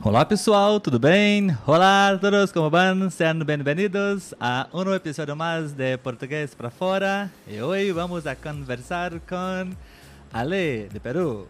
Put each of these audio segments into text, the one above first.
Olá pessoal, tudo bem? Olá a todos, como van? Sean bem-vindos a um novo episódio mais de Português para Fora. E hoje vamos a conversar com Ale, de Peru.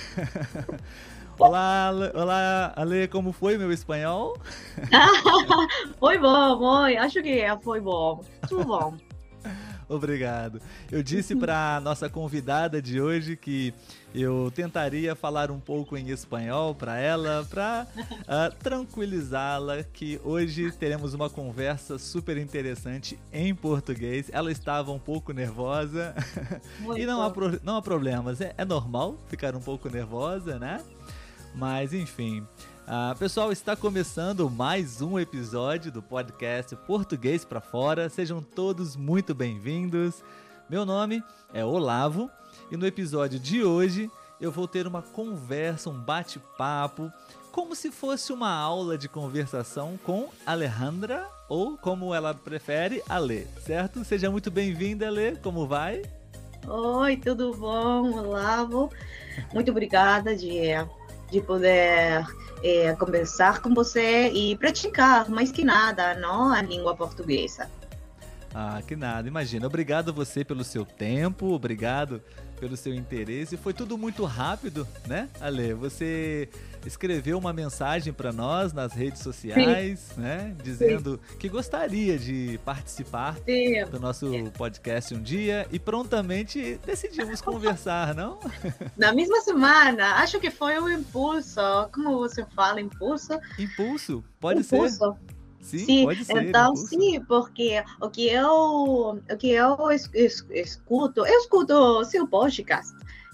Olá, olá Ale, como foi meu espanhol? Foi bom, foi. Acho que foi bom. Tudo bom. Obrigado. Eu disse para nossa convidada de hoje que eu tentaria falar um pouco em espanhol para ela, para tranquilizá-la, que hoje teremos uma conversa super interessante em português. Ela estava um pouco nervosa e não há problemas. É normal ficar um pouco nervosa, né? Mas enfim... pessoal, está começando mais um episódio do podcast Português para Fora. Sejam todos muito bem-vindos. Meu nome é Olavo e no episódio de hoje eu vou ter uma conversa, um bate-papo, como se fosse uma aula de conversação com Alejandra, ou como ela prefere, Ale, certo? Seja muito bem-vinda, Ale. Como vai? Oi, tudo bom, Olavo? Muito obrigada de poder conversar com você e praticar, mais que nada, não, a língua portuguesa. Que nada, imagina. Obrigado você pelo seu tempo, obrigado pelo seu interesse. Foi tudo muito rápido, né, Ale? Você escreveu uma mensagem para nós nas redes sociais, sim, né, dizendo que gostaria de participar, sim, do nosso podcast um dia e prontamente decidimos conversar, não? Na mesma semana, acho que foi um impulso. Como você fala, impulso? Impulso, pode ser. Sim, pode ser. Então, impulso. Sim, porque o que eu escuto o seu podcast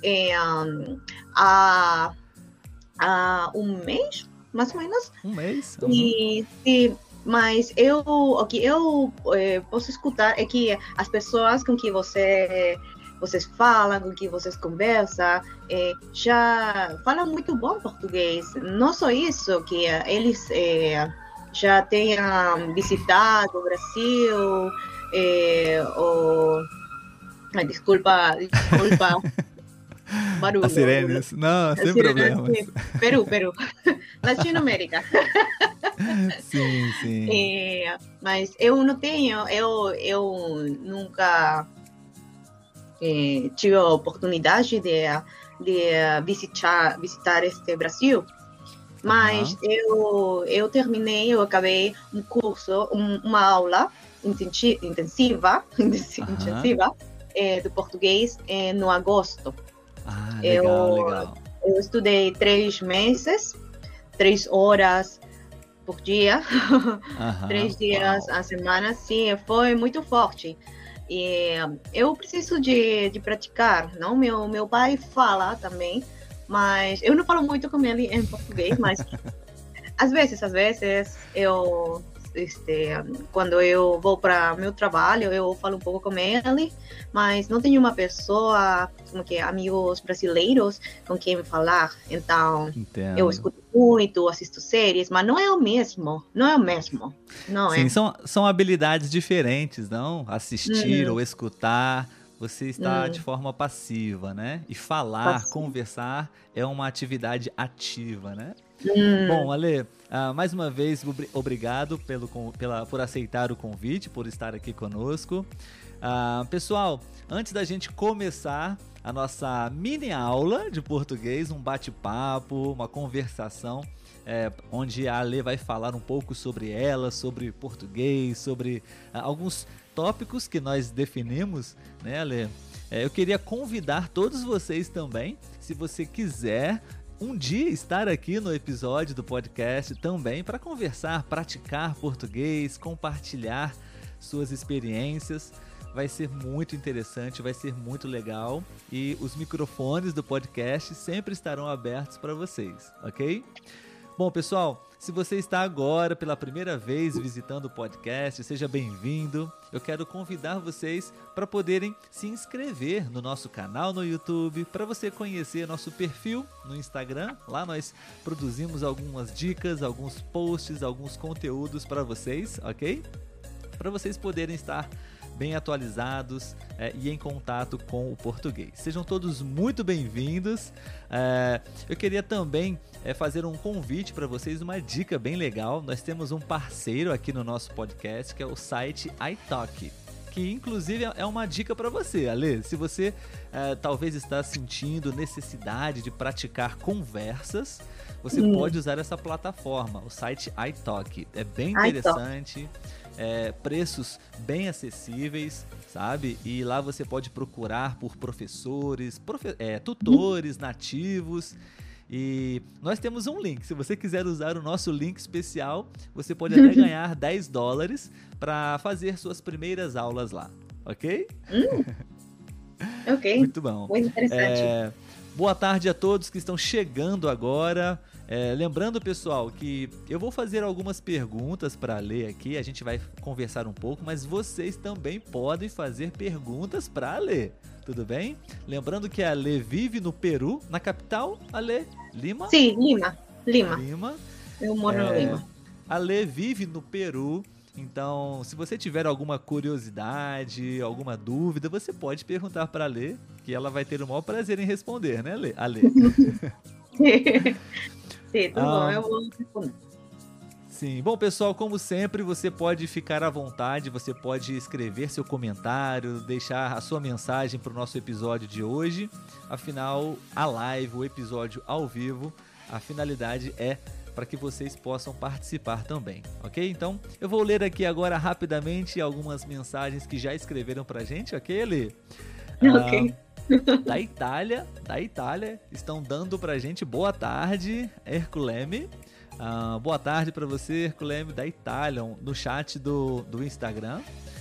há um mês, mais ou menos. Um mês? Sim, mas o que eu posso escutar é que as pessoas com que vocês falam, com que vocês conversam, já falam muito bom português. Não só isso, que eles já tenham visitado o Brasil, desculpa, barulho. As sirenes, não, sem problemas. Peru, Latinoamérica. Sim. Mas eu não tenho, eu nunca tive a oportunidade de visitar este Brasil. Mas eu acabei um curso, uma aula intensiva do português no agosto. Legal. Eu estudei 3 meses, 3 horas por dia, 3 dias a semana, sim, foi muito forte. E eu preciso de praticar, não? Meu pai fala também, mas eu não falo muito com ele em português, mas às vezes eu, quando eu vou para meu trabalho, eu falo um pouco com ele, mas não tenho uma pessoa, como que amigos brasileiros com quem falar, então Entendo. Eu escuto muito, assisto séries, mas não é o mesmo, Sim, são habilidades diferentes, não? Assistir ou escutar... Você está de forma passiva, né? E falar, conversar é uma atividade ativa, né? Bom, Ale, mais uma vez, obrigado por aceitar o convite, por estar aqui conosco. Pessoal, antes da gente começar a nossa mini aula de português, um bate-papo, uma conversação, onde a Ale vai falar um pouco sobre ela, sobre português, sobre alguns tópicos que nós definimos, né, Ale? Eu queria convidar todos vocês também, se você quiser um dia estar aqui no episódio do podcast também para conversar, praticar português, compartilhar suas experiências. Vai ser muito interessante, vai ser muito legal e os microfones do podcast sempre estarão abertos para vocês, ok? Bom, pessoal, se você está agora pela primeira vez visitando o podcast, seja bem-vindo. Eu quero convidar vocês para poderem se inscrever no nosso canal no YouTube, para você conhecer nosso perfil no Instagram. Lá nós produzimos algumas dicas, alguns posts, alguns conteúdos para vocês, ok? Para vocês poderem estar bem atualizados e em contato com o português. Sejam todos muito bem-vindos. Eu queria também fazer um convite para vocês, uma dica bem legal. Nós temos um parceiro aqui no nosso podcast, que é o site iTalki, que inclusive é uma dica para você, Ale. Se você talvez está sentindo necessidade de praticar conversas, você pode usar essa plataforma, o site iTalki. É bem interessante, preços bem acessíveis, sabe? E lá você pode procurar por professores, tutores nativos. E nós temos um link. Se você quiser usar o nosso link especial, você pode até ganhar $10 para fazer suas primeiras aulas lá, ok? Ok. Muito bom. Muito interessante. Boa tarde a todos que estão chegando agora. Lembrando, pessoal, que eu vou fazer algumas perguntas para ler aqui. A gente vai conversar um pouco, mas vocês também podem fazer perguntas para ler. Tudo bem? Lembrando que a Ale vive no Peru, na capital, Ale, Lima? Sim, Lima. Eu moro no Lima. A Ale vive no Peru, então se você tiver alguma curiosidade, alguma dúvida, você pode perguntar para a Ale, que ela vai ter o maior prazer em responder, né, Ale? Sim, tudo bom, eu vou responder. Sim, bom pessoal, como sempre, você pode ficar à vontade, você pode escrever seu comentário, deixar a sua mensagem para o nosso episódio de hoje. Afinal, a live, o episódio ao vivo, a finalidade é para que vocês possam participar também, ok? Então, eu vou ler aqui agora rapidamente algumas mensagens que já escreveram para a gente, ok, Eli? Ok. Da Itália, estão dando para a gente boa tarde, Herculeme. Boa tarde para você, Herculeme, da Itália, no chat do Instagram.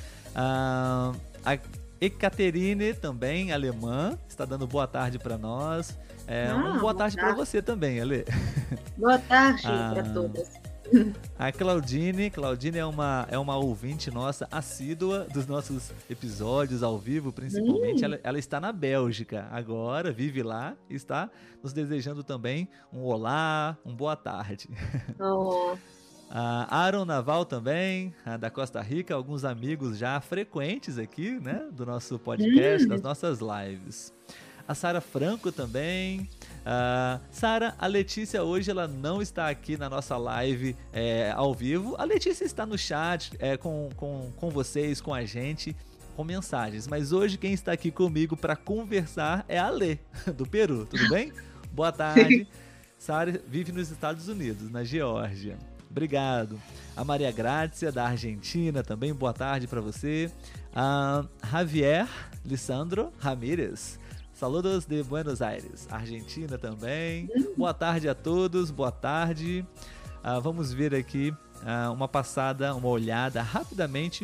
A Ekaterine, também, alemã, está dando boa tarde para nós. Boa tarde para você também, Ale. Boa tarde para todos. A Claudine é uma ouvinte nossa, assídua dos nossos episódios ao vivo, principalmente. Ela está na Bélgica agora, vive lá e está nos desejando também um olá, um boa tarde. Oh. Aaron Naval também, da Costa Rica, alguns amigos já frequentes aqui, né, do nosso podcast, das nossas lives. A Sara Franco também. Sara, a Letícia hoje ela não está aqui na nossa live ao vivo. A Letícia está no chat com vocês, com a gente, com mensagens. Mas hoje quem está aqui comigo para conversar é a Ale, do Peru. Tudo bem? Boa tarde. Sara vive nos Estados Unidos, na Geórgia. Obrigado. A Maria Grácia, da Argentina, também boa tarde para você. Javier Lissandro Ramírez. Saludos de Buenos Aires, Argentina também. Boa tarde a todos, boa tarde. Vamos ver aqui uma olhada rapidamente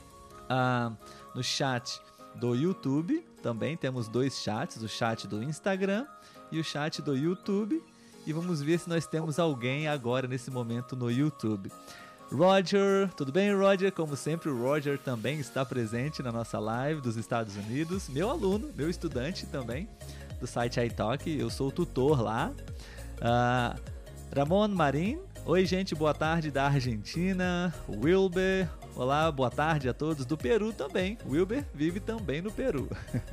no chat do YouTube. Também temos dois chats, o chat do Instagram e o chat do YouTube. E vamos ver se nós temos alguém agora nesse momento no YouTube. Roger, tudo bem, Roger? Como sempre, o Roger também está presente na nossa live dos Estados Unidos. Meu aluno, meu estudante também do site iTalki, eu sou o tutor lá. Ramon Marim, oi gente, boa tarde da Argentina. Wilber, olá, boa tarde a todos do Peru também. Wilber vive também no Peru.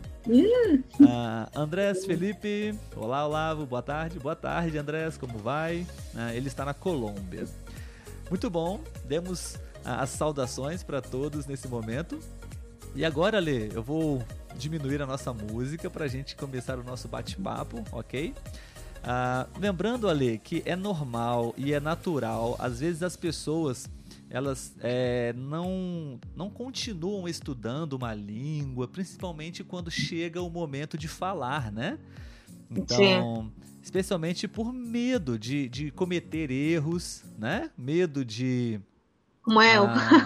Andrés Felipe, olá Olavo, boa tarde Andrés, como vai? Ele está na Colômbia. Muito bom, demos as saudações para todos nesse momento. E agora, Lê, eu vou diminuir a nossa música para a gente começar o nosso bate-papo, ok? Lembrando, Ale, que é normal e é natural, às vezes as pessoas elas não continuam estudando uma língua, principalmente quando chega o momento de falar, né? Então, sim, especialmente por medo de cometer erros, né? Medo de... Como eu.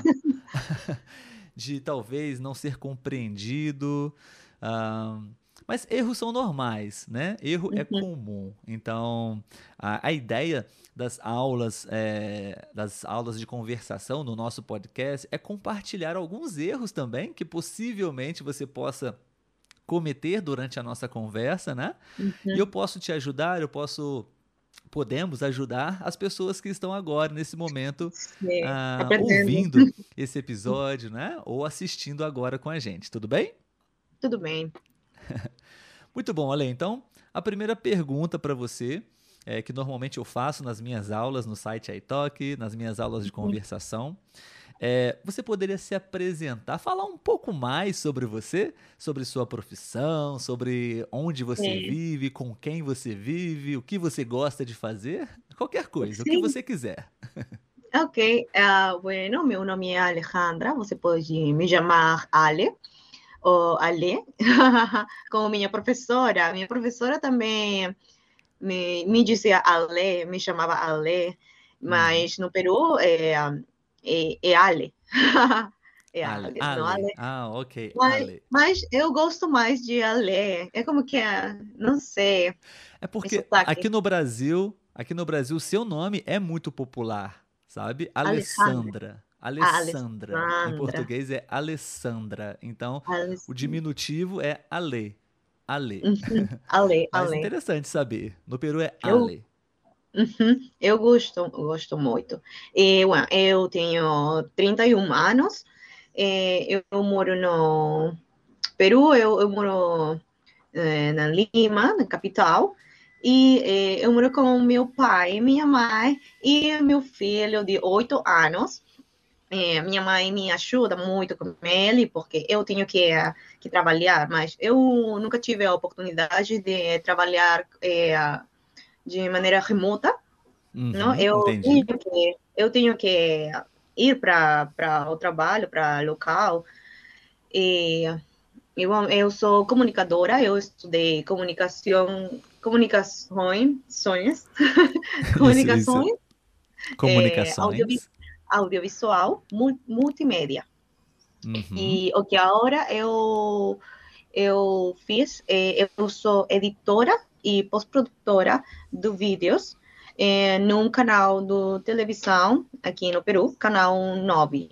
De talvez não ser compreendido. Mas erros são normais, né? Erro é comum. Então, a ideia das aulas de conversação no nosso podcast é compartilhar alguns erros também que possivelmente você possa cometer durante a nossa conversa, né? E eu posso te ajudar, eu posso podemos ajudar as pessoas que estão agora, nesse momento, aprendendo. ouvindo esse episódio, né? Ou assistindo agora com a gente. Tudo bem? Tudo bem. Muito bom, Ale. Então, a primeira pergunta para você, que normalmente eu faço nas minhas aulas no site iTalk, nas minhas aulas de conversação, você poderia se apresentar, falar um pouco mais sobre você, sobre sua profissão, sobre onde você vive, com quem você vive, o que você gosta de fazer, qualquer coisa, o que você quiser. Ok, bueno, meu nome é Alejandra, você pode me chamar Ale, ou Ale, como minha professora. Minha professora também me dizia Ale, me chamava Ale, mas no Peru é Ale. É Ale. não Ale. Ok, Ale. Mas eu gosto mais de Ale. É como que não sei. É porque aqui no Brasil, o seu nome é muito popular, sabe? Alessandra. Alessandra. Em português é Alessandra. Então, o diminutivo é Ale. Ale. Ale, Mas Ale. interessante saber. No Peru é Ale. Eu gosto muito. Eu tenho 31 anos. Eu moro no Peru, eu moro na Lima, na capital. E eu moro com meu pai, minha mãe e meu filho de 8 anos. Minha mãe me ajuda muito com ele, porque eu tenho que trabalhar, mas eu nunca tive a oportunidade de trabalhar de maneira remota. Não? Entendi. Eu tenho que ir para o trabalho, para local. E eu sou comunicadora, eu estudei comunicações, Isso. Comunicações. Audiovisual, multimédia. E o que agora eu fiz, eu sou editora e pós-produtora de vídeos num canal de televisão aqui no Peru, canal 9.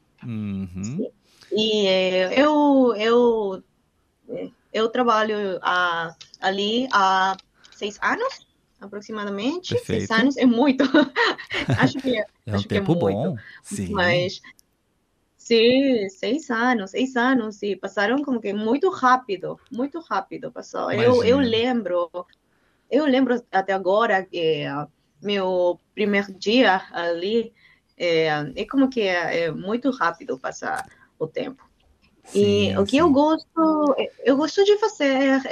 E eu trabalho ali há 6 anos, aproximadamente. Perfeito. 6 anos é muito. acho que um tempo bom. Sim. Mas sim, 6 anos, e passaram como que muito rápido passou. Eu lembro até agora que meu primeiro dia ali é como que é muito rápido passar o tempo. Sim, e o que eu gosto de fazer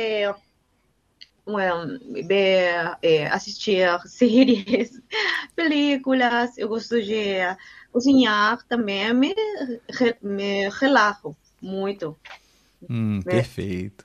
assistir séries, películas. Eu gosto de cozinhar também, me relaxo muito. Perfeito.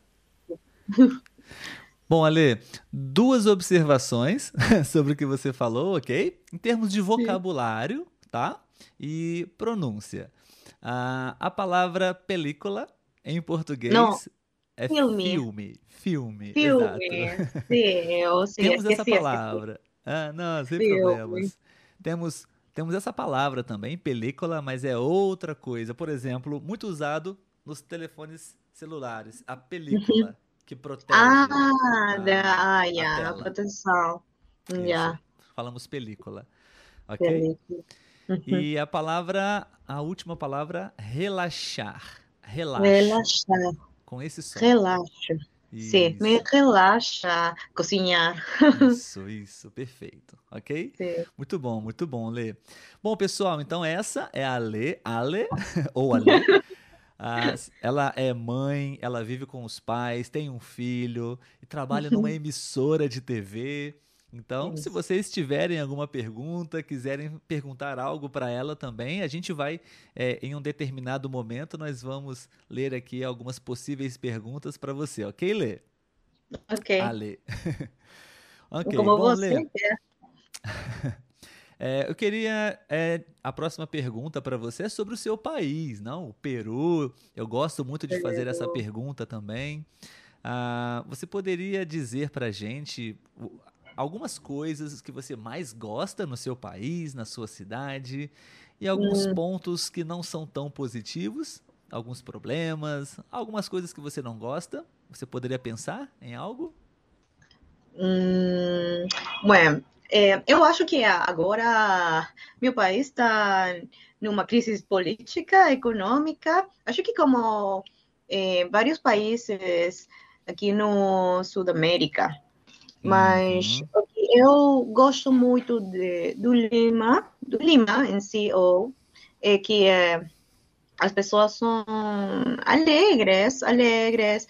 Bom, Ale, 2 observações sobre o que você falou, ok? Em termos de vocabulário, tá? E pronúncia. A palavra película, em português, é filme. Exato. Sim, Temos essa palavra. Não, sem problemas. Temos essa palavra também, película, mas é outra coisa. Por exemplo, muito usado nos telefones celulares, a película que protege a tela. Proteção. Isso. Falamos película, ok? E a última palavra, relaxar. Relaxar. Com esse som. Relaxo. Sim, me relaxa cozinhar. Isso, perfeito, ok? Sim. Muito bom, Lê. Bom, pessoal, então essa é a Ale, ou a Lê. Ela é mãe, ela vive com os pais, tem um filho e trabalha numa emissora de TV. Então, se vocês tiverem alguma pergunta, quiserem perguntar algo para ela também, a gente vai, em um determinado momento, nós vamos ler aqui algumas possíveis perguntas para você, ok, Lê? Ok. Ale. Ok, como bom, você Lê. quer. Eu queria... a próxima pergunta para você é sobre o seu país, não? O Peru. Eu gosto muito de fazer essa pergunta também. Você poderia dizer para a gente algumas coisas que você mais gosta no seu país, na sua cidade, e alguns pontos que não são tão positivos, alguns problemas, algumas coisas que você não gosta? Você poderia pensar em algo? Bueno, eu acho que agora meu país está numa crise política, econômica. Acho que como vários países aqui no Sudamérica. Mas Uhum. eu gosto muito do Lima em si, é que as pessoas são alegres, alegres.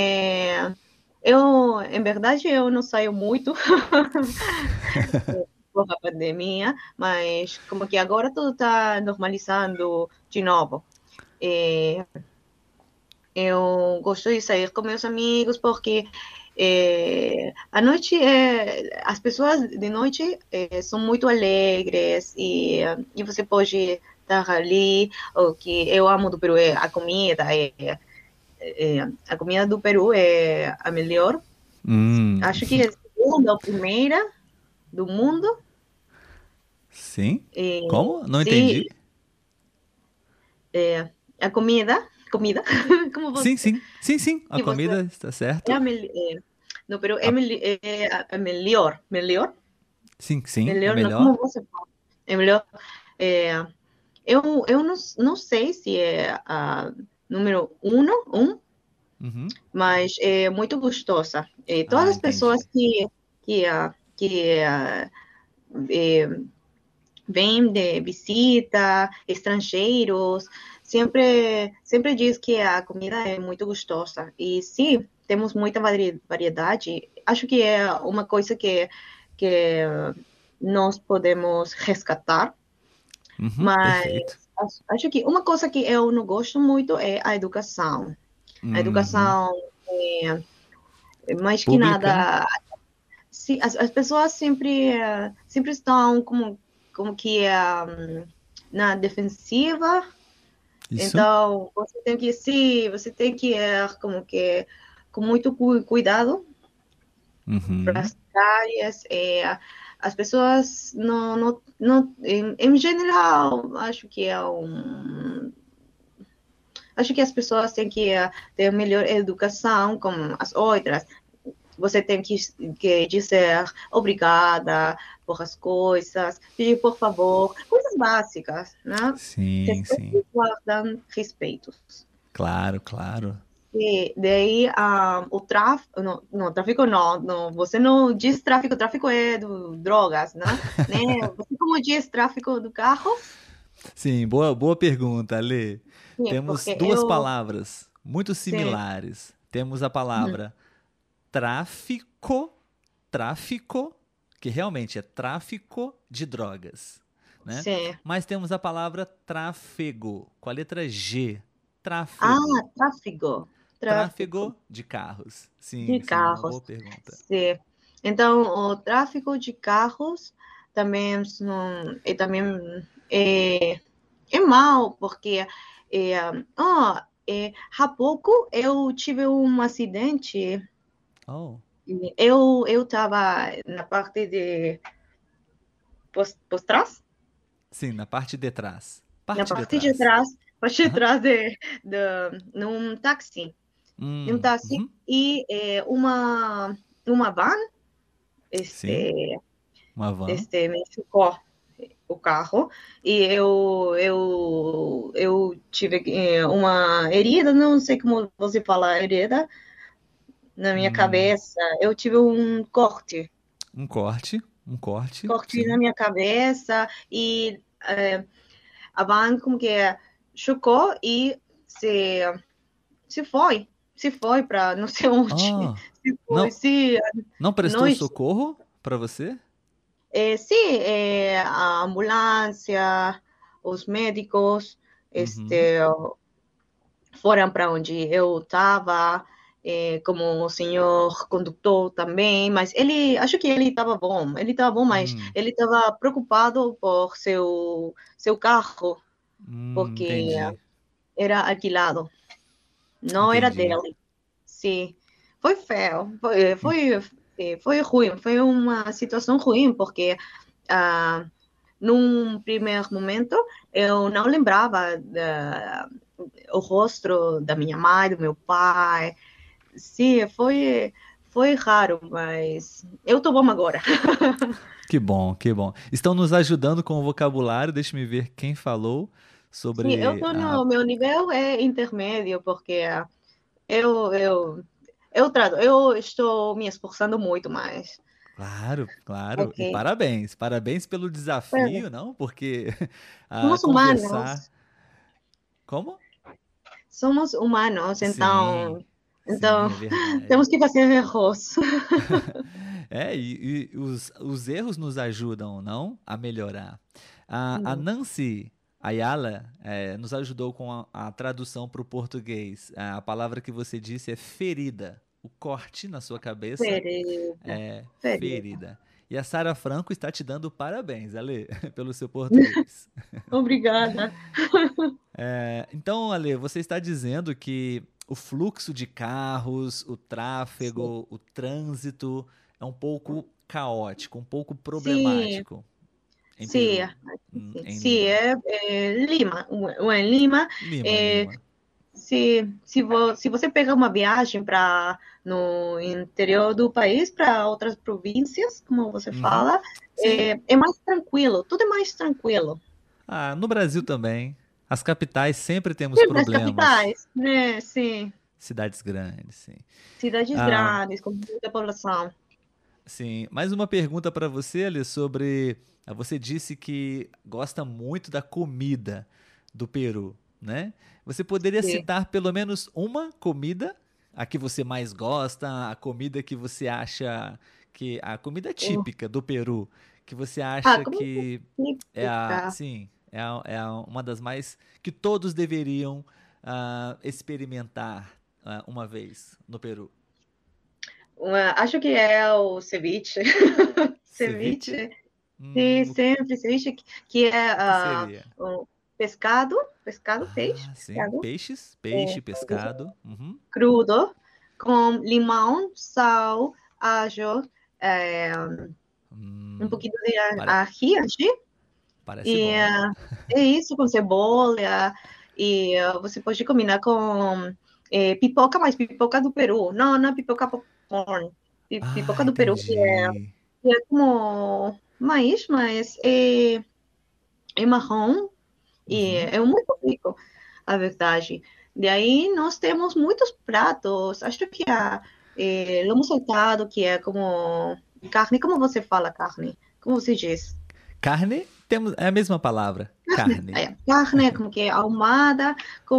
Em verdade, eu não saio muito por a pandemia, mas como que agora tudo está normalizando de novo. É, eu gosto de sair com meus amigos porque à noite as pessoas de noite são muito alegres e você pode estar ali. O que eu amo do Peru é a comida. A comida do Peru é a melhor. Hum. Acho que é a segunda ou primeira do mundo. Sim? É, Como? Não sim, entendi. a comida, como Sim, você, sim. Sim, sim. A que você comida está é certo. no Peru A- a melhor, Sim, sim. É melhor, não, melhor. como você fala? É melhor. É, eu não sei se é a número Uhum. mas é muito gostosa. Todas Ah, as pessoas entendi. que é, vêm de visita, estrangeiros, sempre diz que a comida é muito gostosa. E sim, temos muita variedade. Acho que é uma coisa que nós podemos resgatar, Uhum, mas perfeito. acho que uma coisa que eu não gosto muito é a educação. A Uhum. educação, mais que Pública. nada, se, as pessoas sempre estão como que na defensiva. Isso? Então, você tem que ir como que com muito cuidado para Uhum. as áreas. As pessoas em geral, acho que as pessoas têm que ter melhor educação como as outras. Você tem que dizer obrigada por as coisas, pedir por favor, coisas básicas, né? Sim, sim. Respeito, guardam respeitos. Claro, claro. E daí o tráfico, não, tráfico não, você não diz tráfico, tráfico é drogas, né? Você como diz tráfico de carros? Sim, boa pergunta, Ale. Sim, Temos porque duas palavras muito sim, similares. Temos a palavra tráfico, tráfico, que realmente é tráfico de drogas, né? sim. Mas temos a palavra tráfego, com a letra G. Ah, Tráfego. tráfico Tráfego de carros. de Sim, sim, uma boa carros. pergunta. Sim. Então, o tráfico de carros também, também é, é mal, porque há pouco eu tive um acidente. Oh, Eu estava na parte de por trás, sim, na parte de trás. na Parte de parte de trás. trás, parte de Aham. trás de num táxi, Uhum. e uma van, Sim, este, uma van. me chocou o carro e eu tive uma herida, não sei como você fala herida, na minha Hum, cabeça. Eu tive um um corte, corte na sim. minha cabeça e a van como que chocou e se foi para não sei onde, Ah, se foi, não, se não prestou nós, socorro para você? sim, a ambulância, os médicos, Uhum. este, foram para onde eu estava, como o senhor condutor também, mas acho que ele estava bom, mas Hum, ele estava preocupado por seu carro, porque entendi, era alquilado, não era entendi. dele. Sim, foi feio, foi ruim, foi uma situação ruim, porque ah, num primeiro momento eu não lembrava o rosto da minha mãe, do meu pai. Sim, foi raro, mas eu tô bom agora. Que bom, que bom. Estão nos ajudando com o vocabulário. Deixe-me ver quem falou Sim, eu sobre tô a. no meu nível é intermédio, porque eu, eu, eu estou me esforçando muito mais. Claro, claro. E Ok. parabéns. Parabéns pelo É, desafio, não? Porque somos conversar. humanos, Como? somos humanos, Sim, então sim, é verdade. temos que fazer erros. E os erros nos ajudam, não? A melhorar. A Nancy Ayala nos ajudou com a tradução para o português. A palavra que você disse é ferida. O corte na sua cabeça Ferida, é ferida. ferida. E a Sara Franco está te dando parabéns, Ale, pelo seu português. Obrigada. Então, Ale, você está dizendo que o fluxo de carros, o Sim, tráfego, o trânsito é um pouco caótico, um pouco sim, problemático em sim, Peru, em sim, Lima. é Lima. Em Lima, Lima, é, Lima. se você pegar uma viagem para no interior do país, para outras províncias, como você Uhum. fala, Sim. é mais tranquilo, tudo é mais tranquilo. Ah, no Brasil também. As capitais sempre temos Sempre as problemas. capitais, né? Sim, Cidades grandes, sim. cidades Ah, grandes, com muita população. sim. Mais uma pergunta para você, Ali, sobre. Você disse que gosta muito da comida do Peru, né? Você poderia Sim. citar pelo menos uma comida, a que você mais gosta, a comida que você acha que a comida Oh. típica do Peru, que você Ah, acha comida que é a, típica. sim, uma das mais que todos deveriam experimentar uma vez no Peru. Acho que é o ceviche. Ceviche? Ceviche. Sim, O sempre ceviche, que é que seria? o pescado, peixe, Ah, sim. pescado, Peixes, é, peixe, pescado. Uhum. crudo, com limão, sal, alho, é, um Hum, pouquinho de pare- ají, parece e bom. é isso, com cebola, e você pode combinar com pipoca, mas pipoca do Peru, não pipoca popcorn, Ah, pipoca do Peru, entendi. que é como maíz, mas é marrom, e Uhum. é muito rico, a verdade. De aí nós temos muitos pratos. Acho que lomo saltado, que é como carne. Como você fala carne? Como você diz? Carne, temos, é a mesma palavra. Carne. Carne, como que é ahumada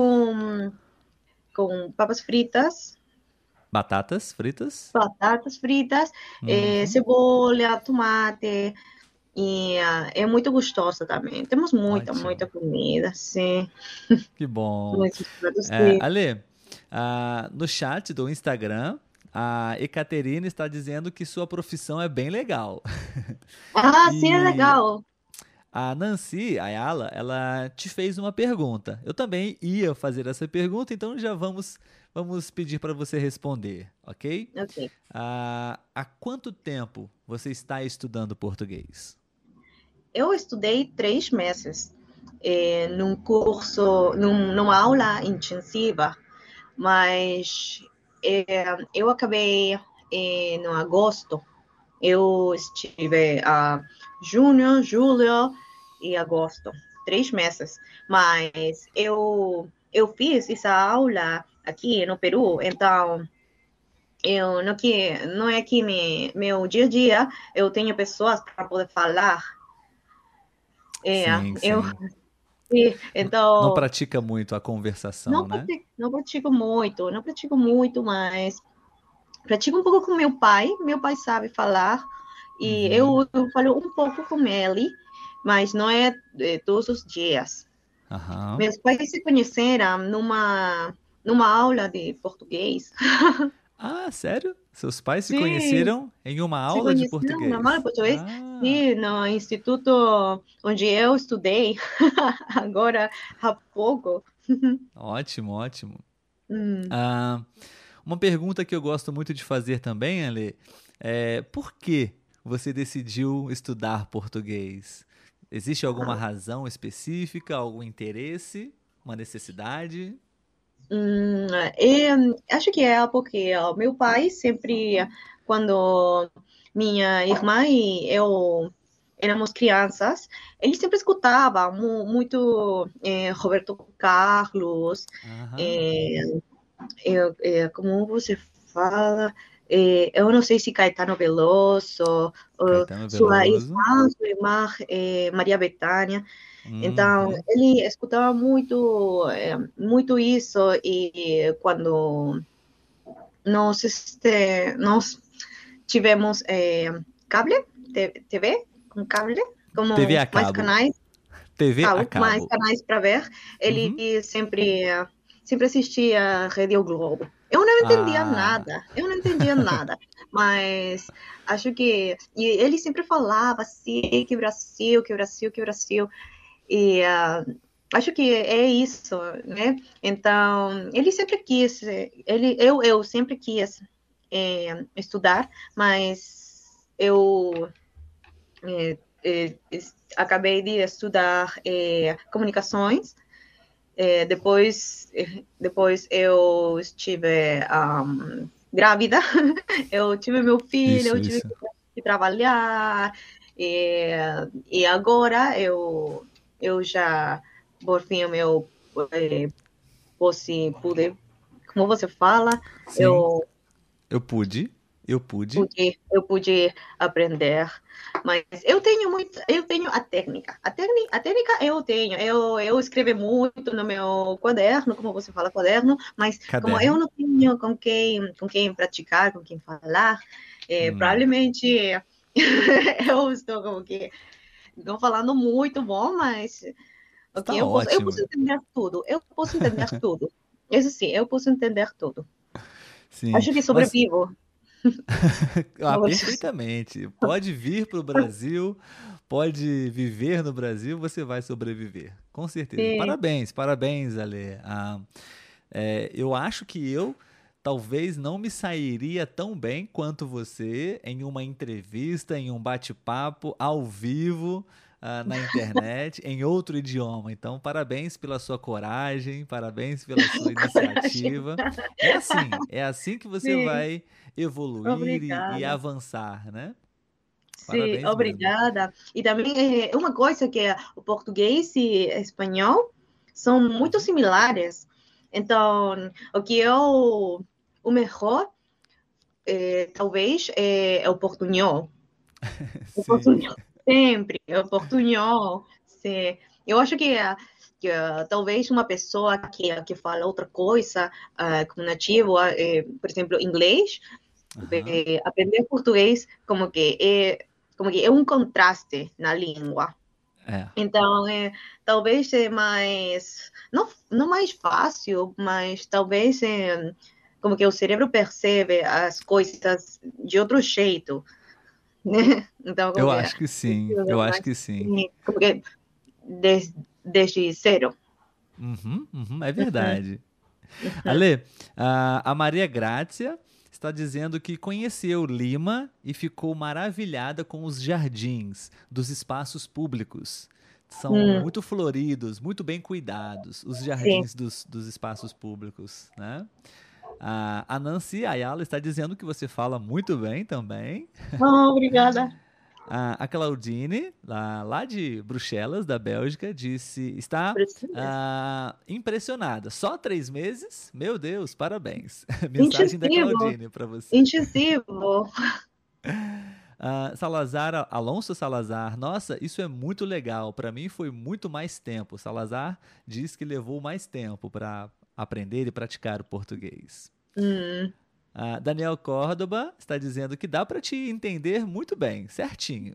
com papas fritas, Batatas fritas. batatas fritas, Uhum. cebola, tomate. E é muito gostosa também. Temos muita, muita Ótimo. comida, sim. Que bom. Muitos pratos, sim. Ale, no chat do Instagram, a Ekaterina está dizendo que sua profissão é bem legal. Ah, sim, é E legal. a Nancy Ayala, ela te fez uma pergunta. Eu também ia fazer essa pergunta, então já vamos pedir para você responder, ok? Ok. Há quanto tempo você está estudando português? Eu estudei 3 meses num curso, numa aula intensiva, mas eu acabei no agosto. Eu estive junho, julho e agosto, 3 meses. Mas eu fiz essa aula aqui no Peru, então eu não é que meu dia a dia eu tenho pessoas para poder falar. É, Sim, eu sim. Não então pratica muito a conversação, né? não pratico muito, mas pratico um pouco com meu pai. Meu pai sabe falar e Uhum. eu falo um pouco com ele, mas não é todos os dias. Aham. Meus pais se conheceram numa aula de português. Ah, sério? Seus pais se Sim, conheceram em uma se aula de conheceram na aula de português? português. Ah, Sim, no instituto onde eu estudei, agora há pouco. ótimo, ótimo. Hum. Ah, uma pergunta que eu gosto muito de fazer também, Ale, é por que você decidiu estudar português? Existe alguma razão específica, algum interesse, uma necessidade? Hum, e, acho que é porque o meu pai sempre, quando minha irmã e eu éramos crianças, ele sempre escutava muito Roberto Carlos, Aham. eh, como você fala, eu não sei se Caetano Veloso, Caetano Veloso. sua irmã Maria Bethânia. Então, Uhum. ele escutava muito isso e quando nós tivemos cable, TV, com cable, TV como a mais cabo. canais, TV a mais cabo. canais para ver, ele Uhum. sempre assistia Rede Globo. Eu não entendia Ah, nada, eu não entendia nada, mas acho que e ele sempre falava assim que Brasil, que Brasil, que Brasil. E acho que é isso, né? Então, ele sempre quis, eu sempre quis estudar, mas eu acabei de estudar comunicações. Depois eu estive grávida, eu tive meu filho, isso, eu tive isso. que trabalhar, e, e agora eu já, por fim, pude, como você fala, Sim, eu eu pude. Eu pude. eu pude aprender, mas eu tenho a técnica eu tenho, eu escrevo muito no meu caderno, como você fala caderno, mas como eu Caderno. não tenho com quem praticar, com quem falar, Hum, provavelmente eu estou como que não falando muito bom, mas ok, está eu posso ótimo. entender tudo, isso sim, eu posso entender tudo, Sim, acho que mas sobrevivo. perfeitamente. Pode vir para o Brasil, pode viver no Brasil, você vai sobreviver, com certeza. Sim. Parabéns, parabéns, Ale. Eu acho que eu talvez não me sairia tão bem quanto você em uma entrevista, em um bate-papo ao vivo, na internet, em outro idioma. Então, parabéns pela sua coragem, parabéns pela sua Coragem. iniciativa. É assim que você Sim, vai evoluir e obrigada. avançar, né? Sim, Parabéns mesmo. obrigada. E também uma coisa que o português e espanhol são muito Uhum. similares. Então, o melhor, talvez, é o portunhol. O Sim. portunhol, sempre, o portunhol. Sim. Eu acho que talvez uma pessoa que fala outra coisa, como nativo, por exemplo, inglês, Aham. aprender português como que é um contraste na língua. É. Então, talvez é mais, não mais fácil, mas talvez como que o cérebro percebe as coisas de outro jeito, né? Então, como Eu que acho que sim. precisa Eu acho mais, que sim. como que desde zero. Uhum, uhum, é Uhum, verdade. uhum. Ale, a Maria Grácia está dizendo que conheceu Lima e ficou maravilhada com os jardins dos espaços públicos. São Hum, muito floridos, muito bem cuidados, os sim. jardins dos espaços públicos, né? A Nancy Ayala está dizendo que você fala muito bem também. Oh, obrigada. A Claudine, lá de Bruxelas, da Bélgica, disse está Precisa. impressionada. Só 3 meses? Meu Deus, parabéns. Mensagem da Incisivo, Claudine para você. incisivo. Alonso Salazar, nossa, isso é muito legal. Para mim foi muito mais tempo. Salazar diz que levou mais tempo para aprender e praticar o português. Hum. Daniel Córdoba está dizendo que dá para te entender muito bem, certinho.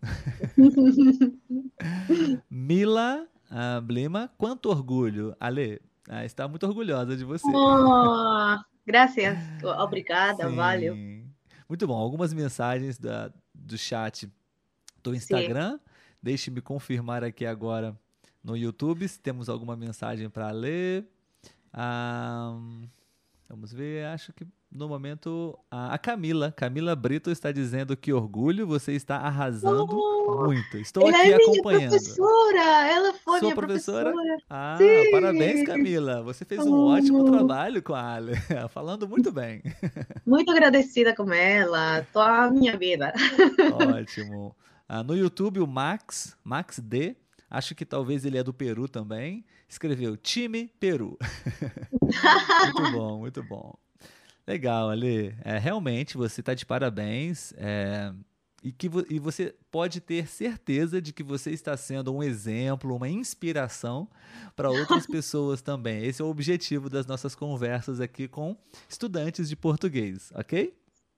Mila Blima, quanto orgulho. Ale, está muito orgulhosa de você. Oh, graças. Obrigada, valeu. Sim. Muito bom. Algumas mensagens do chat do Sim. Instagram. Deixe-me confirmar aqui agora no YouTube se temos alguma mensagem para ler. Ah, vamos ver, acho que no momento, a Camila Brito está dizendo que orgulho, você está arrasando muito. Estou ela aqui é minha acompanhando. professora, ela foi Sua minha professora? professora. Ah, parabéns, Sim. Camila. Você fez um ótimo Oh, trabalho com a Ale, falando muito bem. muito agradecida com ela, toda a minha vida. Ótimo. No YouTube, o Max D, acho que talvez ele é do Peru também, escreveu Time Peru. Muito bom, muito bom. Legal, Ale. Realmente você está de parabéns. E você pode ter certeza de que você está sendo um exemplo, uma inspiração para outras pessoas também. Esse é o objetivo das nossas conversas aqui com estudantes de português, ok?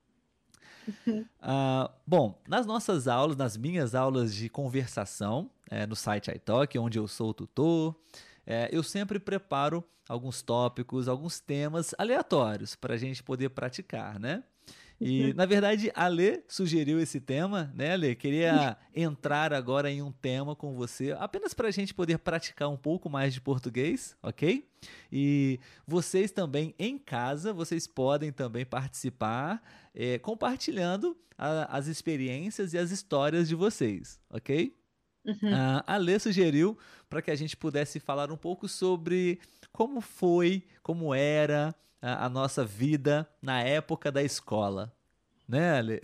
Bom, nas nossas aulas, nas minhas aulas de conversação, no site iTalk, onde eu sou o tutor, eu sempre preparo alguns tópicos, alguns temas aleatórios para a gente poder praticar, né? E, na verdade, a Lê sugeriu esse tema, né, Lê? Queria entrar agora em um tema com você, apenas para a gente poder praticar um pouco mais de português, ok? E vocês também, em casa, vocês podem também participar, compartilhando as experiências e as histórias de vocês, ok? A Lê sugeriu para que a gente pudesse falar um pouco sobre como foi, como era a nossa vida na época da escola, né, Ale?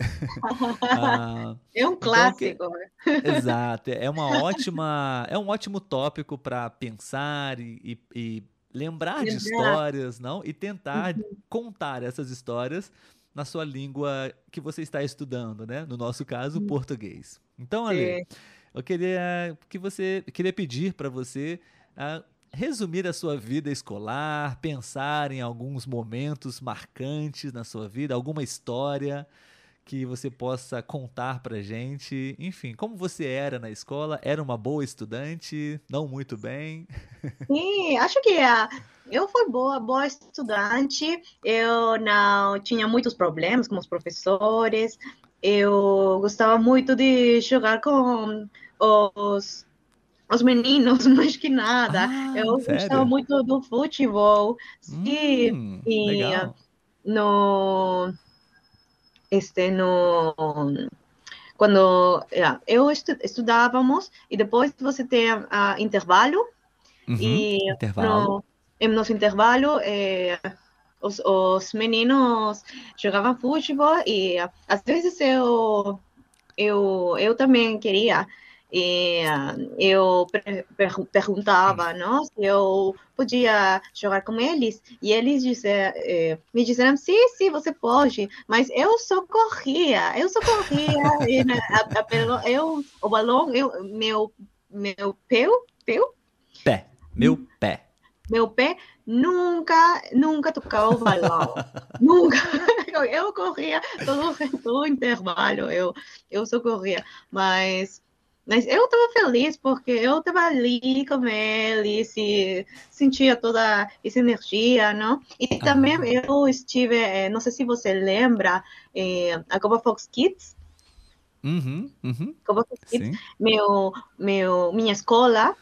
É um Então, clássico. exato, é um ótimo tópico para pensar e lembrar de Lembrar. histórias, não? E tentar contar essas histórias na sua língua que você está estudando, né? No nosso caso, português. Então, Ale, Sim. eu queria pedir para você resumir a sua vida escolar, pensar em alguns momentos marcantes na sua vida, alguma história que você possa contar pra gente. Enfim, como você era na escola? Era uma boa estudante? Não muito bem? Sim, acho que eu fui boa estudante. Eu não tinha muitos problemas com os professores. Eu gostava muito de jogar com os, os meninos, mais que nada. Ah, Eu gostava sério? muito do futebol. Sim, e Legal. no, no quando eu estudávamos e depois você tem intervalo. Uhum. E Intervalo. no nosso intervalo, os meninos jogavam futebol e às vezes eu também queria. E eu perguntava, não, se eu podia jogar com eles. E eles me disseram, sim, sim, você pode. Mas eu só corria. E, né, o balão, meu Pé. Meu pé. meu pé nunca tocava o balão. Nunca. Eu corria todo o intervalo, eu só corria. Mas eu estava feliz porque eu estava ali com eles e sentia toda essa energia, não? E também Ah, eu estive, não sei se você lembra, a Copa Fox Kids. uhum. Copa Fox Kids, Sim. minha escola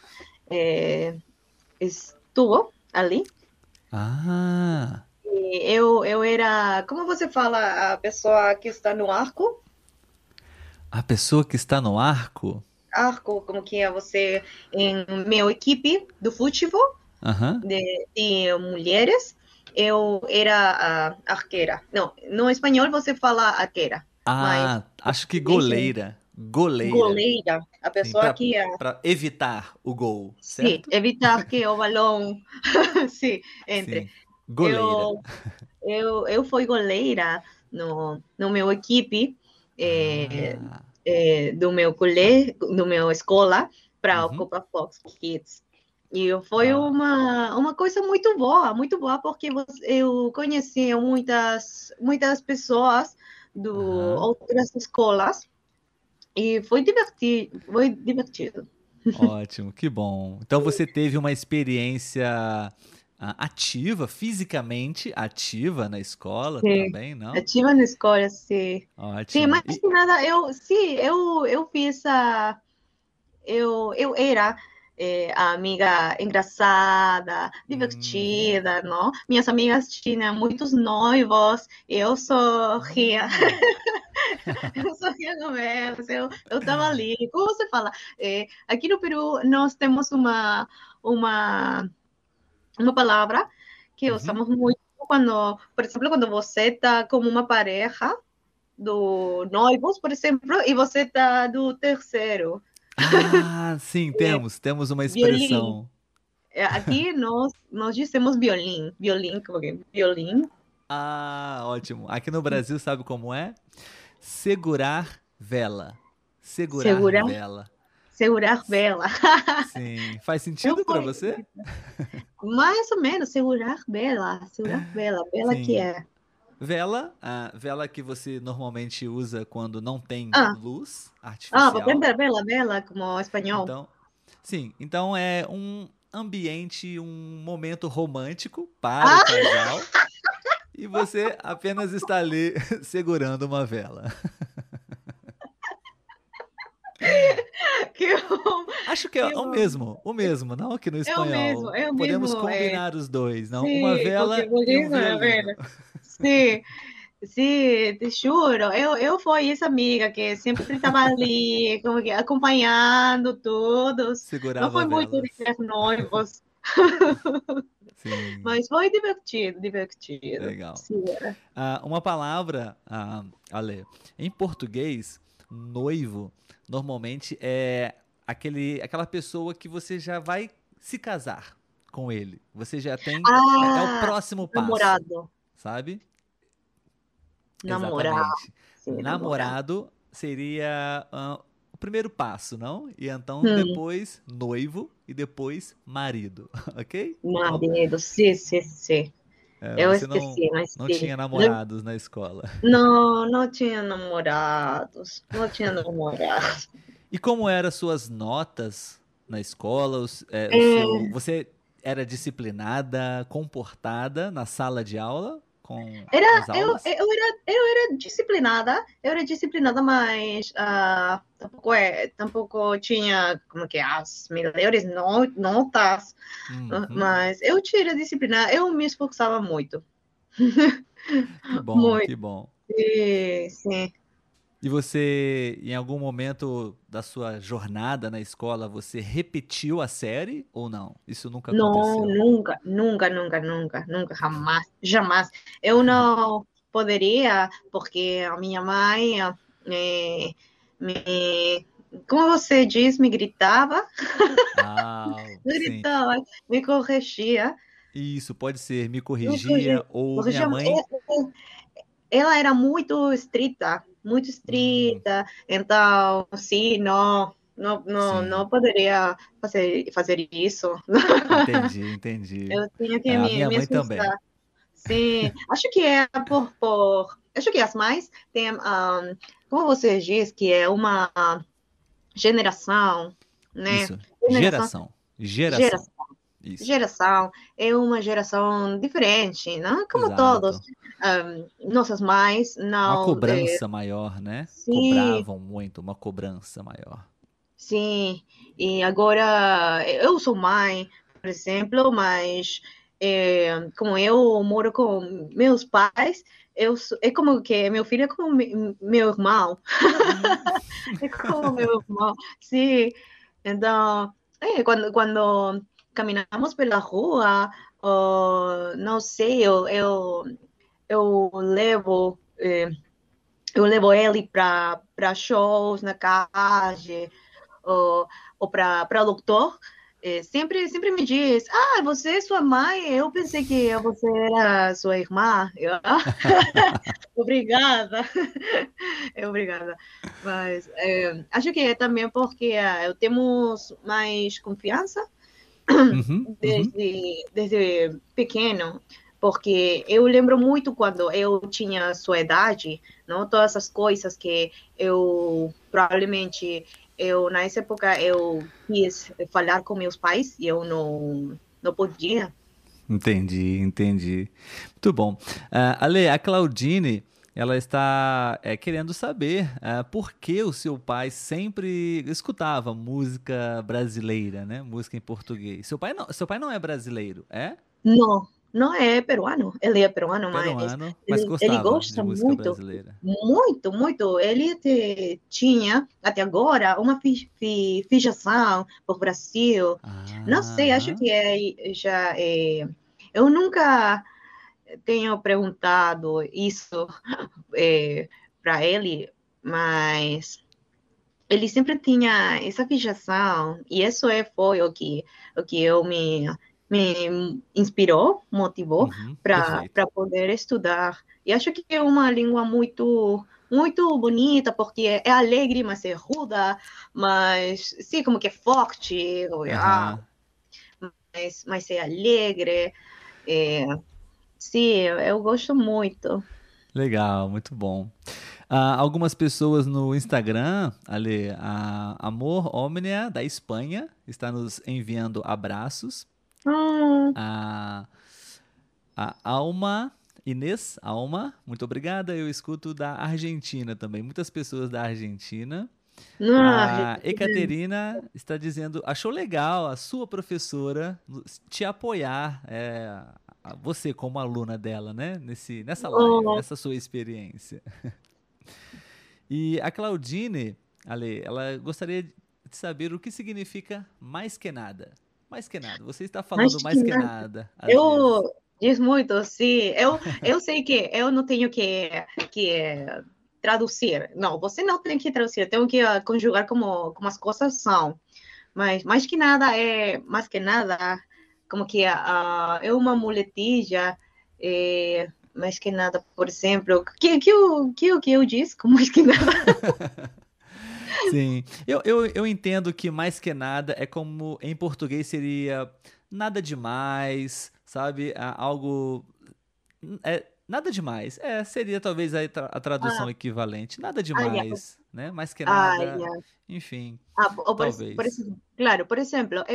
estuvo ali. Ah, Eu era, como você fala, a pessoa que está no arco? a pessoa que está no arco? Arco, como que é você em minha equipe do futebol Aham. de mulheres? Eu era a arqueira. Não, no espanhol você fala arqueira, mas Acho que goleira. Goleira. goleira, a Sim, pessoa que para evitar o gol, sim, certo? evitar que o balão sim, entre. Sim, goleira. Eu eu fui goleira no meu equipe Ah, do meu colégio, do meu escola para a uhum. Copa Fox Kids. E foi Ah, uma coisa muito boa, porque eu conheci muitas pessoas de aham. outras escolas e foi divertido. Ótimo, que bom. Então você teve uma experiência ativa, fisicamente ativa na escola Sim, também, não? ativa na escola, sim. Sim, Ótimo. mais que nada, sim, eu fiz eu era. a amiga engraçada, Uhum. divertida, não? Minhas amigas tinham muitos noivos, eu sorria, Hum. eu sorria com elas, eu estava ali. Como você fala? Aqui no Peru nós temos uma, uma palavra que Uhum. usamos muito quando, por exemplo, quando você está como uma pareja do noivos, por exemplo, e você está do terceiro. Ah, sim, É, temos uma violín. expressão. Aqui nós dizemos violín. Violín, como que é? Violín. Ah, ótimo. Aqui no Brasil, sabe como é? Segurar vela. Segurar Segurar, vela. segurar vela. Sim. Faz Eu sentido para fui, você? mais ou menos, segurar vela. Segurar vela. Vela que Sim. é. Vela, a vela que você normalmente usa quando não tem Ah, luz papel artificial. de vela, vela, como espanhol. Então, sim, então é um ambiente, um momento romântico para o Ah, casal e você apenas está ali segurando uma vela. que bom, Acho que é que bom. o mesmo, não aqui no espanhol. É o Podemos mesmo. combinar os dois, não? Uma Sim, vela e um porque, a ver, violino. sim. Sim, te juro, eu fui essa amiga que sempre estava ali, como que acompanhando todos. Não Segurava foi muito velas. de ter noivos, Sim, mas foi divertido, divertido. legal. Sim, era. Uma palavra, Ale, em português, noivo, normalmente é aquela pessoa que você já vai se casar com ele. Você já tem. É o Ah, próximo passo, namorado, sabe? namorado, Exatamente. sim, namorado. Namorado seria o primeiro passo, não? E então Hum, depois noivo e depois marido, ok? Então, marido, sim, sim, sim. Eu você esqueci, mas não sim. tinha namorados na escola. Não, não tinha namorados, não tinha namorados. E como eram as suas notas na escola? É, Você era disciplinada, comportada na sala de aula com Era, as aulas? eu era disciplinada, mas tampouco tinha como que as melhores notas, Uhum. mas eu tinha disciplina, eu me esforçava muito, Que bom, muito, que bom. sim. E você, em algum momento da sua jornada na escola, você repetiu a série ou não? Isso nunca Não, aconteceu. nunca, nunca, nunca, nunca, nunca, jamais, jamais. Eu não poderia, porque a minha mãe me, como você diz, me gritava, Ah, sim. gritava, me corrigia, Isso pode ser me me corrigia, corrigia ou minha corrigia. mãe. Ela era muito Hum, estrita, então, sim, sim. não poderia fazer isso. Entendi, entendi. Eu tinha que A minha me mãe também. esforçar. Sim, acho que é acho que as mães têm, como você diz, que é uma geração, né? Isso, Geração, geração. Geração. geração, Isso. geração é uma geração diferente, não? Como todos, Exato. nossas mães Uma não, cobrança maior, né? sim, Cobravam muito, uma cobrança maior. sim. E agora eu sou mãe, por exemplo, mas como eu moro com meus pais, é como que meu filho é como meu irmão, Hum, é como meu irmão. Sim. Então, quando caminhamos pela rua, não sei, eu levo eu levo ele para shows na casa ou para o doutor, sempre me diz, você é sua mãe, eu pensei que você era sua irmã. Obrigada, obrigada. Mas acho que é também porque eu temos mais confiança uhum, uhum. desde pequeno, porque eu lembro muito quando eu tinha sua idade, não todas as coisas que eu provavelmente nessa época eu quis falar com meus pais e eu não podia. Entendi, entendi. Muito bom. Ale, a Claudine ela está querendo saber por que o seu pai sempre escutava música brasileira, né? Música em português. Seu pai não é brasileiro, é? Não, não é peruano. Ele é peruano, mas Peruano, mas ele gostava de gosta música muito, brasileira. muito, muito. Ele tinha, até agora, uma fijação por Brasil. Não sei, acho Ah, que já é. Eu nunca tenho perguntado isso para ele, mas ele sempre tinha essa fijação, e isso foi o que me inspirou, motivou para perfeito. poder estudar. E acho que é uma língua muito bonita, porque é alegre, mas é ruda, mas sim, como que é forte, Aham. mas é alegre. É, sim, eu gosto muito. Legal, muito bom. Algumas pessoas no Instagram, ali, a Amor Omnia, da Espanha, está nos enviando abraços. Hum, A, a Alma, Inês Alma, muito obrigada. Eu escuto da Argentina também, muitas pessoas da Argentina. não, A Ekaterina está dizendo, achou legal a sua professora te apoiar, você como aluna dela, né? Nessa live, oh, nessa sua experiência. E a Claudine, Ale, ela gostaria de saber o que significa mais que nada. Mais que nada. Você está mas falando mais que nada, às vezes. eu diz muito, sim. Eu sei que eu não tenho que traduzir. Não, você não tem que traduzir. Eu tenho que conjugar como as coisas são. Mas mais que nada, como que é uma muletilla. Mais que nada, por exemplo, que eu disse, como mais que nada. Sim, eu entendo que mais que nada é como em português seria nada demais, sabe? Algo. Nada demais. Seria talvez a tradução Ah, equivalente. Nada yeah. demais, né? Mais que Ah, nada, yeah. enfim, Por talvez. claro, por exemplo,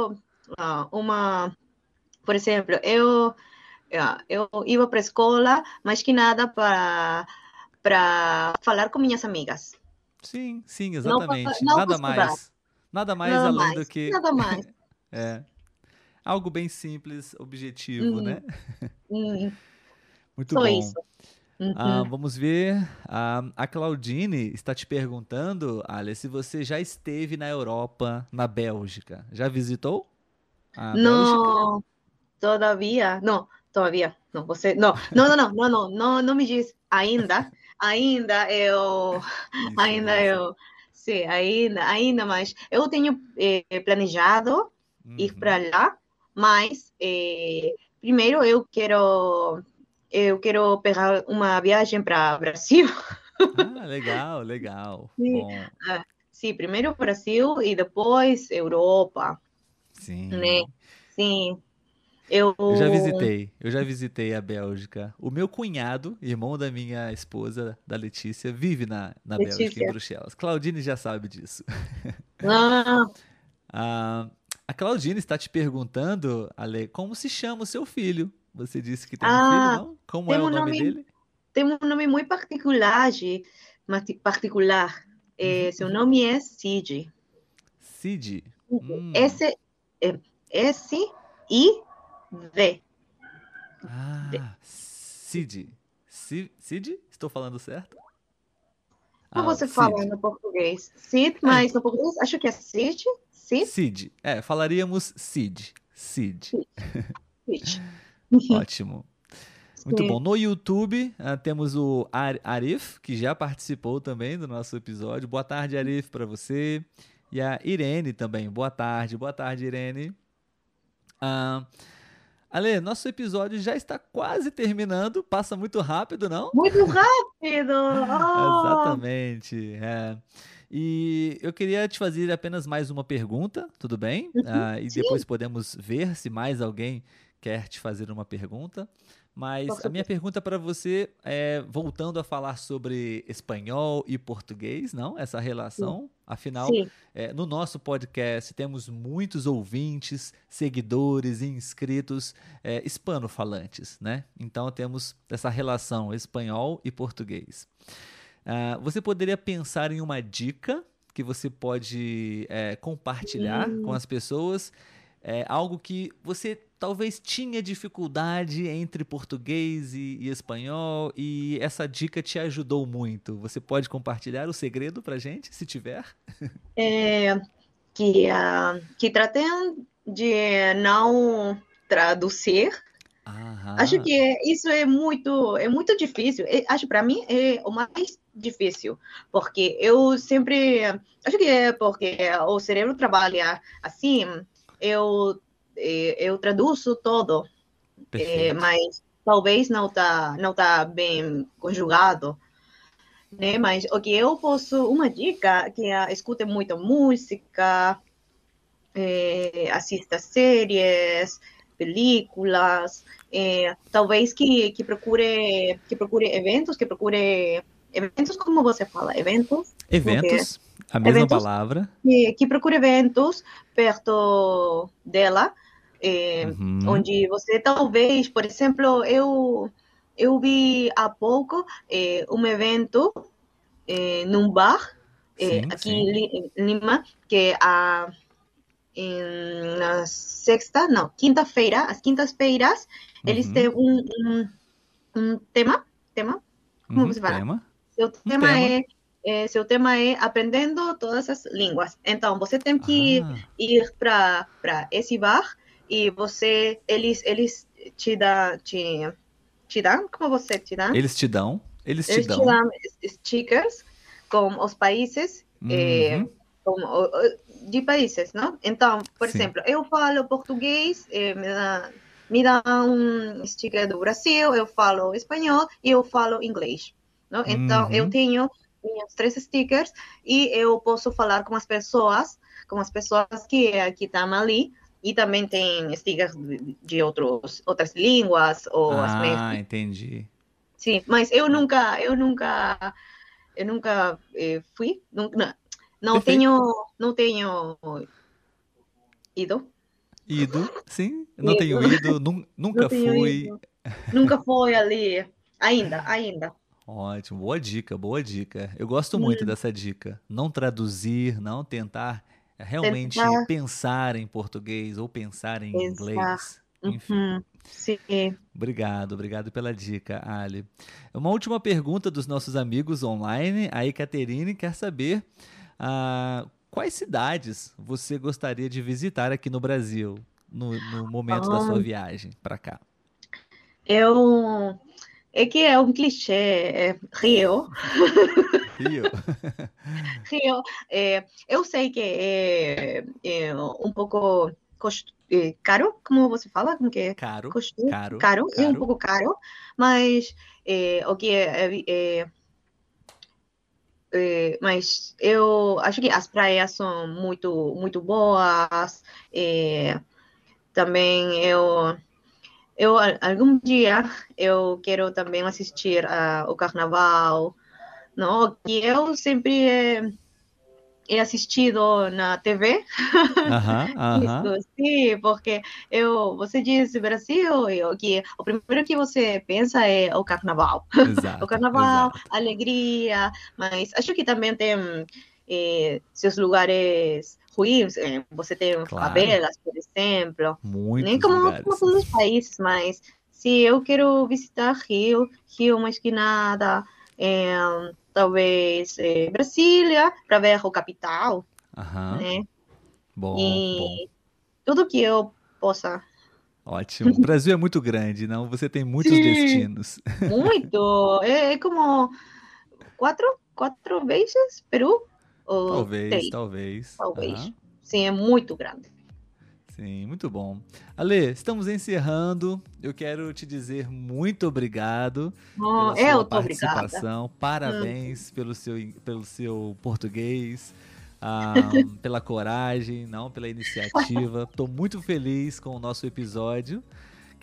por exemplo, eu ia para a escola mais que nada para falar com minhas amigas, Sim, sim, não exatamente. não para estudar, Nada mais nada além do mais, que nada mais. algo bem simples, objetivo, né? Hum, hum, Muito só bom. isso. Uhum. Vamos ver. A Claudine está te perguntando, Alia, se você já esteve na Europa, na Bélgica. Já visitou a Bélgica? Não, todavia, não, você, não me diz ainda Isso ainda mesmo. eu, sim, ainda, mas eu tenho planejado ir para Uhum. lá, mas primeiro eu quero pegar uma viagem para Brasil. Legal, legal. Sim, Bom, sim, primeiro Brasil e depois Europa, né? sim. Sim, eu Eu já visitei a Bélgica. O meu cunhado, irmão da minha esposa, da Letícia, vive na Bélgica, em Letícia. Bruxelas. Claudine já sabe disso. Ah, A, a Claudine está te perguntando, Ale, como se chama o seu filho? Você disse que tem um filho, ah, não? Como é tem o um nome nome, dele? tem um nome muito particular, particular. Uhum, Seu uhum. nome é Cid. Cid. S, S-I-V. Cid. Cid? Estou falando certo? Como você fala Cid. no português? Cid, É, mas no português acho que é Cid. Cid? Cid. Falaríamos Cid. Cid. Cid. Ótimo. Muito bom. Sim. No YouTube, temos o Arif, que já participou também do nosso episódio. Boa tarde, Arif, para você. E a Irene também. Boa tarde. Boa tarde, Irene. Ah, Ale, nosso episódio já está quase terminando. Passa muito rápido, não? Muito rápido! Oh, Exatamente. E eu queria te fazer apenas mais uma pergunta, tudo bem? E depois sim, podemos ver se mais alguém quer te fazer uma pergunta. por Mas a minha supuesto. pergunta para você é, voltando a falar sobre espanhol e português, não? Essa relação. Afinal, no nosso podcast temos muitos ouvintes, seguidores e inscritos hispanofalantes, né? Então temos essa relação espanhol e português. Você poderia pensar em uma dica que você pode compartilhar com as pessoas? Algo que você talvez tinha dificuldade entre português e espanhol e essa dica te ajudou muito. Você pode compartilhar o segredo pra gente, se tiver? Que tratem de não traduzir. Acho que isso é muito difícil. Acho para mim é o mais difícil, porque eu sempre acho que é porque o cérebro trabalha assim. Eu traduzo todo, mas talvez não tá bem conjugado, né? Mas o que eu posso, uma dica que escute muita música, assista séries, películas, talvez que procure eventos, como você fala, eventos? Eventos, a mesma palavra. Que procure eventos perto dela, onde você talvez, por exemplo, eu vi há pouco um evento num bar aqui em Lima, que na quinta-feira, às quintas-feiras, eles têm um tema, como você fala? Seu tema é aprendendo todas as línguas. Então, você tem que ir para esse bar e eles te dão, como você te dá? Eles te dão stickers com os países, de países, não? Então, por exemplo, eu falo português, me dá um sticker do Brasil, eu falo espanhol e eu falo inglês, não? Então, eu tenho minhas 3 stickers e eu posso falar com as pessoas que estão ali, e também tem stickers de outras línguas ou as mesmas. Entendi. Sim, mas eu nunca fui, não tenho ido. Sim, não tenho ido, nunca fui. Nunca foi ali, ainda. Ótimo, boa dica. Eu gosto muito dessa dica. Não traduzir, não tentar realmente pensar em português ou pensar em inglês. Enfim. Sim. Obrigado pela dica, Ali. Uma última pergunta dos nossos amigos online. A Ekaterine quer saber quais cidades você gostaria de visitar aqui no Brasil no momento da sua viagem para cá. É que é um clichê, Rio. Rio. Rio, eu sei que é um pouco caro, como você fala? Como que é? Caro. É um pouco caro, mas o que mas eu acho que as praias são muito, muito boas. Também algum dia eu quero também assistir o carnaval, não? Que eu sempre he assistido na TV. Isso, sim, porque você diz Brasil, que o primeiro que você pensa é o carnaval. Exato, o carnaval, exato. Alegria, mas acho que também tem seus lugares ruins. Você tem favelas, por exemplo. Muitos como lugares. todos os países, mas se eu quero visitar Rio mais que nada, talvez Brasília, para ver o capital, né? Bom. Tudo que eu possa. Ótimo. O Brasil é muito grande, não? Você tem muitos destinos. Muito. É como quatro vezes Peru? Ou Talvez. Sim, é muito grande. Sim, muito bom. Ale, estamos encerrando. Eu quero te dizer muito obrigado pela sua participação. Obrigada. Parabéns pelo seu português, pela coragem, pela iniciativa. Estou muito feliz com o nosso episódio.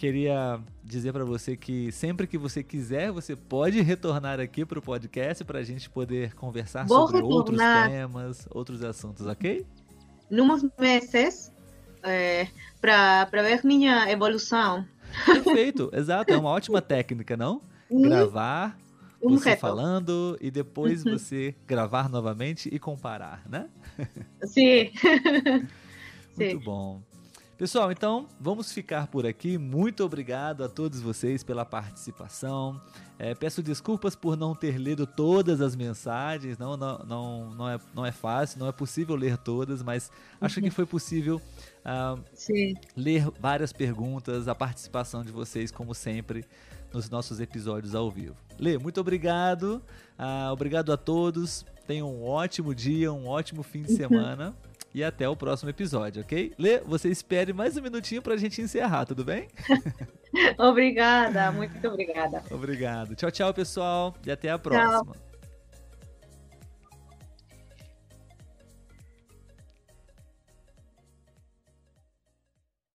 queria dizer para você que sempre que você quiser, você pode retornar aqui para o podcast para a gente poder conversar sobre outros temas, outros assuntos, ok? Nuns meses, para ver minha evolução. Perfeito, exato. É uma ótima técnica, não? Gravar, você falando e depois você gravar novamente e comparar, né? Sim. Muito bom. Pessoal, então vamos ficar por aqui. Muito obrigado a todos vocês pela participação. Peço desculpas por não ter lido todas as mensagens. Não é fácil, não é possível ler todas, mas acho que foi possível ler várias perguntas, a participação de vocês, como sempre, nos nossos episódios ao vivo. Lê, muito obrigado. Obrigado a todos. Tenham um ótimo dia, um ótimo fim de semana. E até o próximo episódio, ok? Lê, você espere mais um minutinho pra gente encerrar, tudo bem? Obrigada, muito obrigada. Obrigado. Tchau, tchau, pessoal. E até a próxima. Tchau.